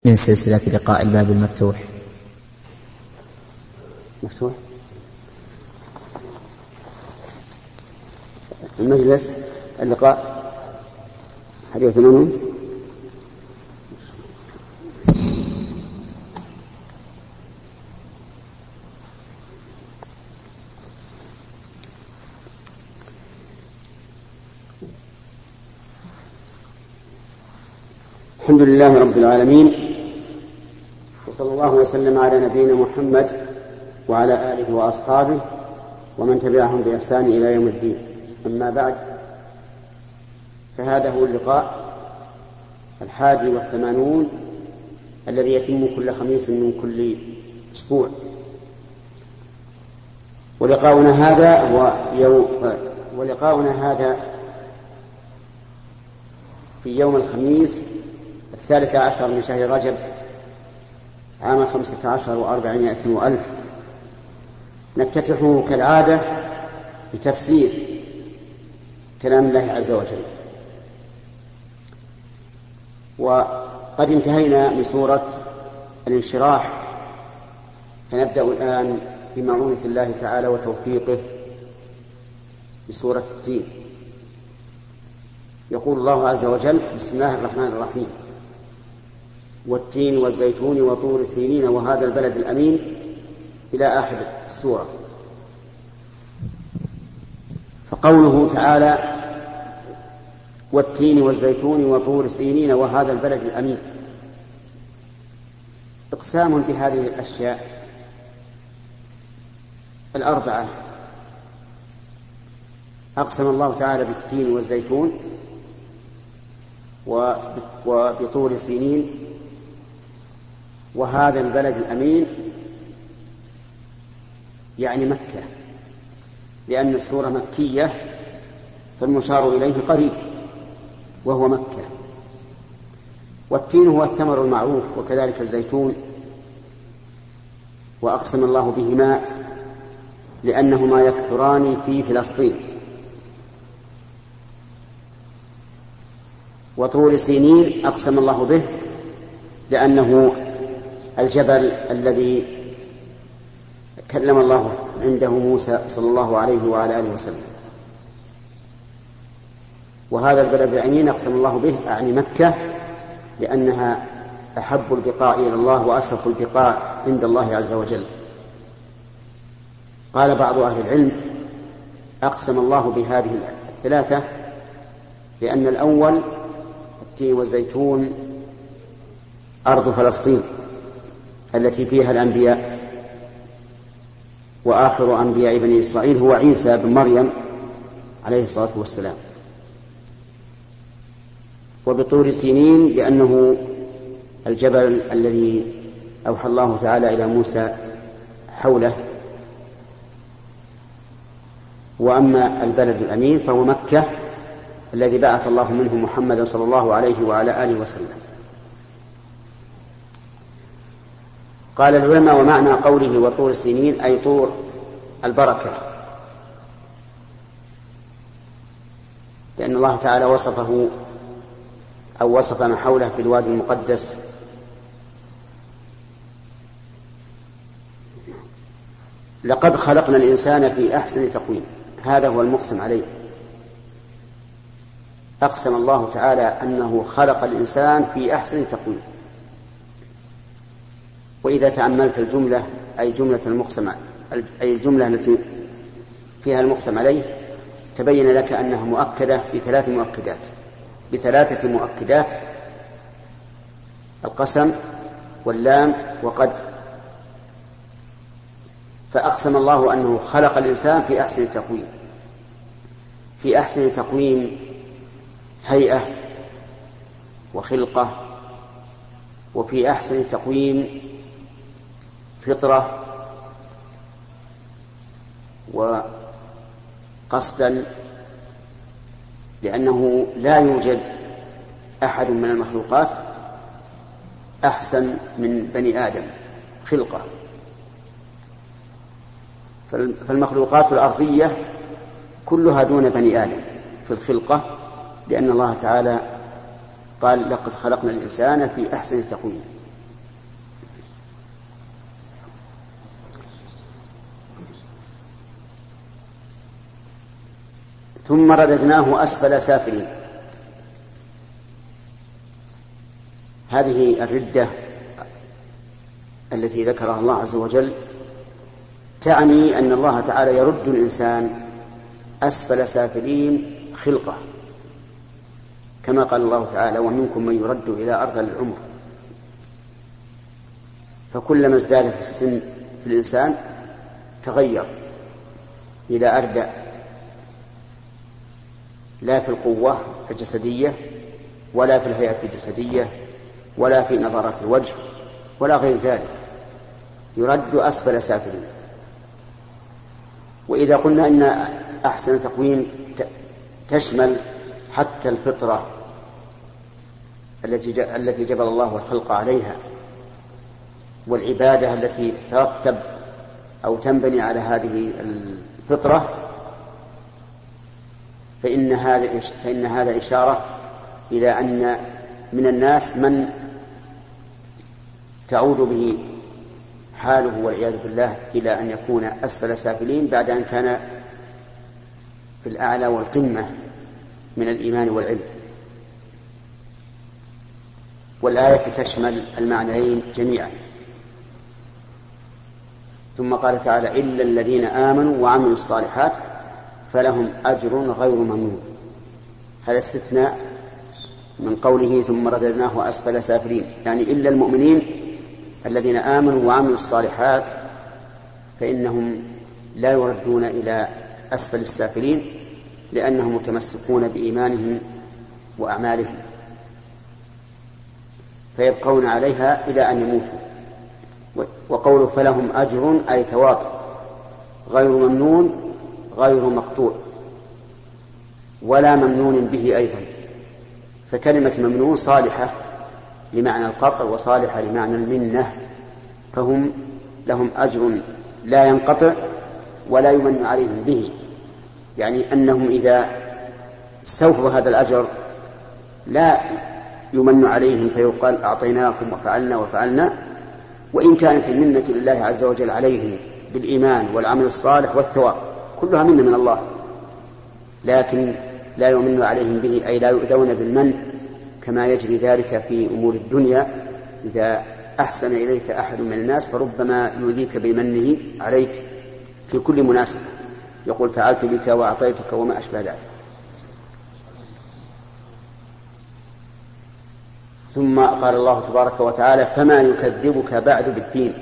من سلسلة لقاء الباب المفتوح. مفتوح المجلس اللقاء حديث منه. الحمد لله رب العالمين، وصلى الله وسلم على نبينا محمد وعلى آله وأصحابه ومن تبعهم بإحسان إلى يوم الدين. أما بعد، فهذا هو اللقاء 81 الذي يتم كل خميس من كل أسبوع. ولقاؤنا هذا في يوم الخميس 13 من شهر رجب عام 15 و400 وألف. نفتتحه كالعادة بتفسير كلام الله عز وجل، وقد انتهينا من سورة الانشراح، فنبدأ الآن بمعونة الله تعالى وتوفيقه بسورة التين. يقول الله عز وجل: بسم الله الرحمن الرحيم: والتين والزيتون وطور سينين وهذا البلد الأمين، إلى آخر السورة. فقوله تعالى والتين والزيتون وطور سينين وهذا البلد الأمين إقسام بهذه الأشياء الأربعة. أقسم الله تعالى بالتين والزيتون وبطور سينين وهذا البلد الأمين، يعني مكة، لأن السورة مكية فالمشار إليه قريب وهو مكة. والتين هو الثمر المعروف، وكذلك الزيتون، وأقسم الله بهما لأنهما يكثران في فلسطين. وطور سينين أقسم الله به لأنه الجبل الذي كلم الله عنده موسى صلى الله عليه وعلى آله وسلم. وهذا البلد الأمين أقسم الله به أعني مكة، لأنها أحب البقاع إلى الله وأشرف البقاع عند الله عز وجل. قال بعض أهل العلم: أقسم الله بهذه الثلاثة لأن الأول التين والزيتون أرض فلسطين التي فيها الأنبياء، وآخر أنبياء بني إسرائيل هو عيسى بن مريم عليه الصلاة والسلام. وبطور سينين لأنه الجبل الذي أوحى الله تعالى إلى موسى حوله. وأما البلد الأمين فهو مكة الذي بعث الله منه محمدا صلى الله عليه وعلى آله وسلم. قال العلماء: ومعنى قوله وطور سينين أي طور البركة، لأن الله تعالى وصفه أو وصف ما حوله بالوادي المقدس. لقد خلقنا الإنسان في أحسن تقويم، هذا هو المقسم عليه. أقسم الله تعالى أنه خلق الإنسان في أحسن تقويم. وإذا تأملت الجملة أي جملة المقسم، أي الجملة التي فيها المقسم عليه، تبين لك أنها مؤكدة بثلاثة مؤكدات: القسم واللام وقد. فأقسم الله أنه خلق الإنسان في أحسن تقويم، في أحسن تقويم هيئة وخلقة، وفي أحسن تقويم فطرة وقصدا، لأنه لا يوجد أحد من المخلوقات أحسن من بني آدم خلقة. فالمخلوقات الأرضية كلها دون بني آدم في الخلقة، لأن الله تعالى قال: لقد خلقنا الإنسان في أحسن تقويم. ثم رددناه أسفل سافلين. هذه الردة التي ذكرها الله عز وجل تعني أن الله تعالى يرد الإنسان أسفل سافلين خلقة، كما قال الله تعالى: ومنكم من يرد إلى أرذل العمر. فكلما ازدادت السن في الإنسان تغير إلى أردأ، لا في القوة الجسدية ولا في الهيئة الجسدية ولا في نظرات الوجه ولا غير ذلك، يرد أسفل سافلين. وإذا قلنا إن أحسن تقويم تشمل حتى الفطرة التي جبل الله الخلق عليها، والعبادة التي تترتب أو تنبني على هذه الفطرة، فإن هذا إشارة إلى أن من الناس من تعود به حاله والعياذ بالله إلى أن يكون أسفل سافلين بعد أن كان في الأعلى والقمة من الإيمان والعلم. والآية تشمل المعنيين جميعا. ثم قال تعالى: إلا الذين آمنوا وعملوا الصالحات فلهم أجر غير ممنون. هذا استثناء من قوله ثم رددناه أسفل سافلين، يعني إلا المؤمنين الذين آمنوا وعملوا الصالحات فإنهم لا يردون إلى أسفل السافلين، لأنهم متمسكون بإيمانهم وأعمالهم فيبقون عليها إلى أن يموتوا. وقوله فلهم أجر أي ثواب غير ممنون غير مقطوع ولا ممنون به أيضا. فكلمة ممنون صالحة لمعنى القطع وصالحة لمعنى المنة، فهم لهم أجر لا ينقطع ولا يمن عليهم به، يعني أنهم إذا استوفوا هذا الأجر لا يمن عليهم فيقال أعطيناكم وفعلنا وفعلنا، وإن كانت المنة لله عز وجل عليهم بالإيمان والعمل الصالح والثواب كلها منة من الله، لكن لا يمن عليهم به، أي لا يؤذون بالمن كما يجري ذلك في أمور الدنيا. إذا أحسن إليك أحد من الناس فربما يؤذيك بمنه عليك في كل مناسبة، يقول فعلت بك وأعطيتك وما أشبه ذلك. ثم قال الله تبارك وتعالى: فما يكذبك بعد بالدين.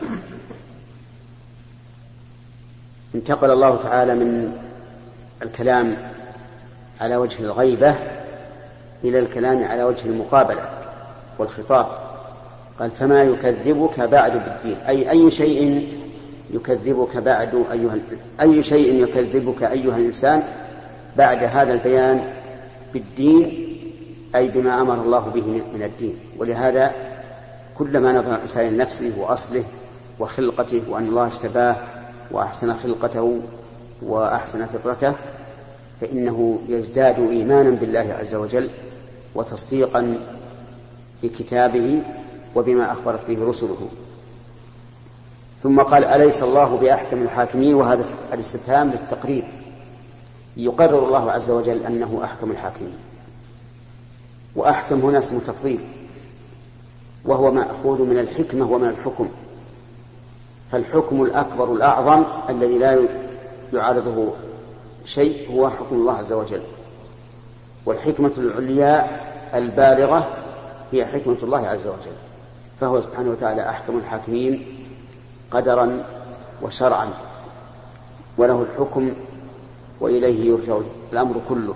انتقل الله تعالى من الكلام على وجه الغيبة إلى الكلام على وجه المقابلة والخطاب. قال: فما يكذبك بعد بالدين، أي أي شيء يكذبك بعد أي شيء يكذبك أيها الإنسان بعد هذا البيان بالدين، أي بما أمر الله به من الدين. ولهذا كلما نظر الإنسان لنفسه وأصله وخلقته وأن الله اجتباه وأحسن خلقته وأحسن فطرته فإنه يزداد إيمانا بالله عز وجل وتصديقا بكتابه وبما أخبرت به رسله. ثم قال: أليس الله بأحكم الحاكمين؟ وهذا الاستفهام للتقرير، يقرر الله عز وجل أنه أحكم الحاكمين. وأحكم هنا اسم تفضيل، وهو مأخوذ من الحكمة ومن الحكم. فالحكم الأكبر الأعظم الذي لا يعارضه شيء هو حكم الله عز وجل، والحكمة العليا البالغة هي حكمة الله عز وجل. فهو سبحانه وتعالى أحكم الحاكمين قدرا وشرعا، وله الحكم وإليه يرجع الأمر كله.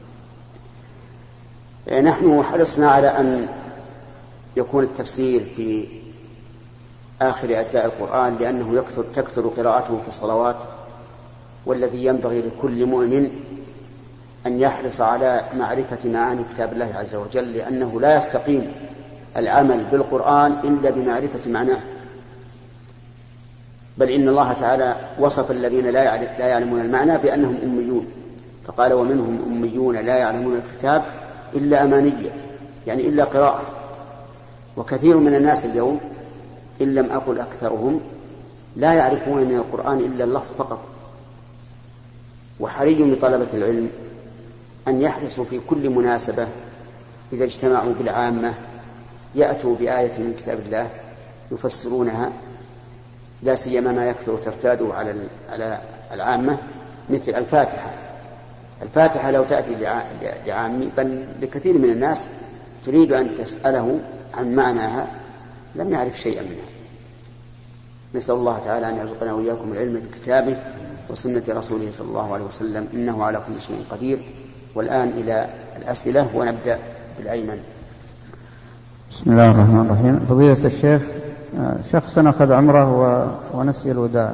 نحن حرصنا على أن يكون التفسير في آخر أجزاء القرآن، لأنه تكثر قراءته في الصلوات، والذي ينبغي لكل مؤمن أن يحرص على معرفة معاني كتاب الله عز وجل، لأنه لا يستقيم العمل بالقرآن إلا بمعرفة معناه. بل إن الله تعالى وصف الذين لا يعلمون المعنى بأنهم أميون، فقال: ومنهم أميون لا يعلمون الكتاب إلا أمانية، يعني إلا قراءة. وكثير من الناس اليوم إن لم أقل أكثرهم لا يعرفون من القرآن إلا اللفظ فقط. وحري بطلبة العلم أن يحرصوا في كل مناسبة إذا اجتمعوا بالعامة يأتوا بآية من كتاب الله يفسرونها، لا سيما ما يكثر ترتاده على العامة مثل الفاتحة. الفاتحة لو تأتي لعامي بل لكثير من الناس تريد أن تسأله عن معناها لم يعرف شيئا منها. نسأل الله تعالى أن يرزقنا وإياكم العلم بكتابه وسنة رسوله صلى الله عليه وسلم، إنه على كل شيء قدير. والآن إلى الأسئلة، ونبدأ بالأيمن. بسم الله الرحمن الرحيم. فضيلة الشيخ، شخص أخذ عمره ونسي الوداع.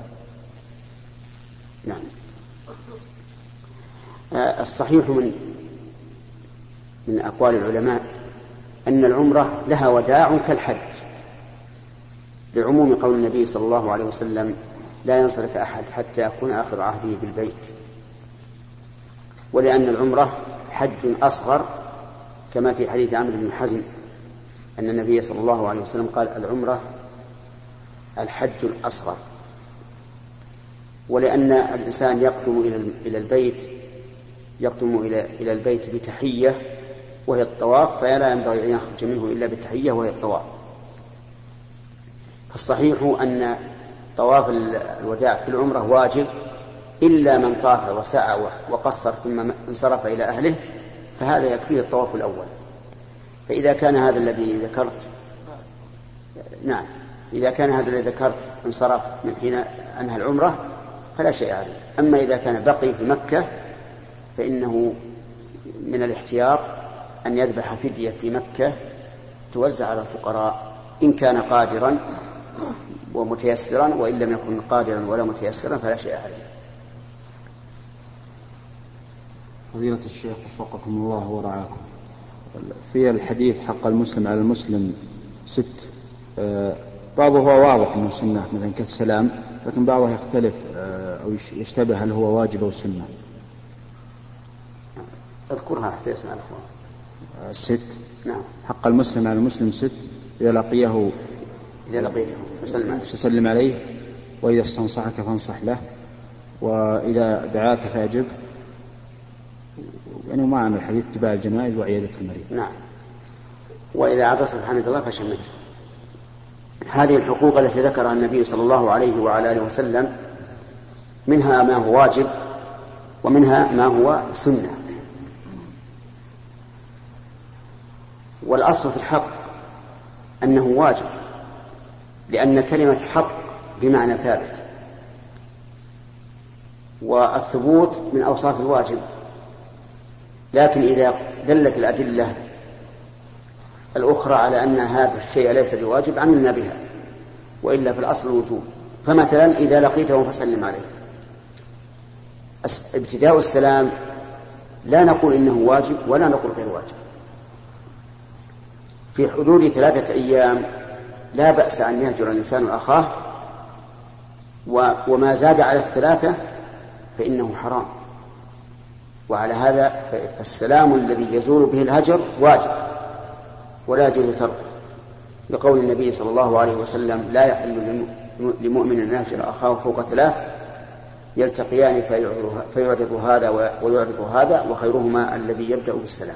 نعم. الصحيح من أقوال العلماء أن العمرة لها وداع كالحج، لعموم قول النبي صلى الله عليه وسلم: لا ينصرف أحد حتى يكون آخر عهده بالبيت. ولأن العمرة حج أصغر، كما في حديث عمرو بن حزم أن النبي صلى الله عليه وسلم قال: العمرة الحج الأصغر. ولأن الإنسان يقدم إلى البيت بتحية وهي الطواف، فلا ينبغي أن يخرج منه إلا بالتحية وهي الطواف. فالصحيح أن طواف الوداع في العمرة واجب، إلا من طاف وسعى وقصر ثم انصرف إلى أهله، فهذا يكفيه الطواف الأول. فإذا كان هذا الذي ذكرت إذا كان هذا الذي ذكرت انصرف من حين أنهى العمرة فلا شيء عليه. أما إذا كان بقي في مكة فإنه من الاحتياط أن يذبح فدية في مكة توزع على الفقراء إن كان قادرا ومتيسرا، وإن لم يكن قادرا ولا متيسرا فلا شيء عليه. فضيلة الشيخ وفقكم الله ورعاكم، في الحديث حق المسلم على المسلم 6، بعضه هو واضح أنه سنة مثلا كالسلام، لكن بعضه يختلف أو يشتبه هل هو واجب أو سنة. اذكرها حتى يسمع الأخوان. 6. نعم. حق المسلم على المسلم 6: إذا لقيته فسلم عليه، وإذا استنصحك فانصح له، وإذا دعاك فأجب. يعني معنى الحديث اتباع الجنائز وعيادة المريض. نعم. وإذا عطس بحمد الله فشمته. هذه الحقوق التي ذكرها النبي صلى الله عليه وعلى آله وسلم منها ما هو واجب ومنها ما هو سنة. والأصل في الحق أنه واجب، لأن كلمة حق بمعنى ثابت، والثبوت من أوصاف الواجب. لكن إذا دلت الأدلة الأخرى على أن هذا الشيء ليس بواجب عملنا بها، وإلا في الأصل الوجوب. فمثلا إذا لقيته فسلم عليه، ابتداء السلام لا نقول إنه واجب ولا نقول غير واجب. في حدود 3 أيام لا بأس أن يهجر الإنسان أخاه، وما زاد على 3 فإنه حرام. وعلى هذا فالسلام الذي يزول به الهجر واجب ولا يجوز تركه، لقول النبي صلى الله عليه وسلم: لا يحل لمؤمن أن يهجر أخاه فوق 3 يلتقيان فيعرض هذا ويعرض هذا، وخيرهما الذي يبدأ بالسلام.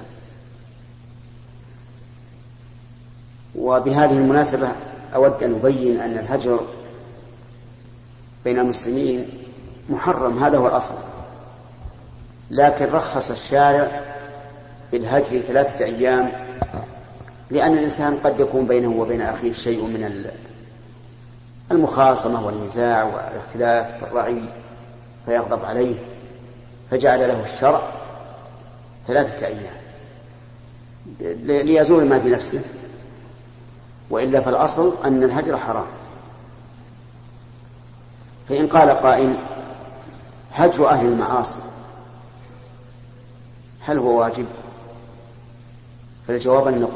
وبهذه المناسبة أود أن أبين أن الهجر بين المسلمين محرم، هذا هو الأصل، لكن رخص الشارع بالهجر 3 أيام، لأن الإنسان قد يكون بينه وبين أخيه شيء من المخاصمة والنزاع والاختلاف في الرأي فيغضب عليه، فجعل له الشرع 3 أيام ليزول ما في نفسه، وإلا فالأصل أن الهجر حرام. فإن قال قائل: هجر أهل المعاصي هل هو واجب؟ فالجواب أن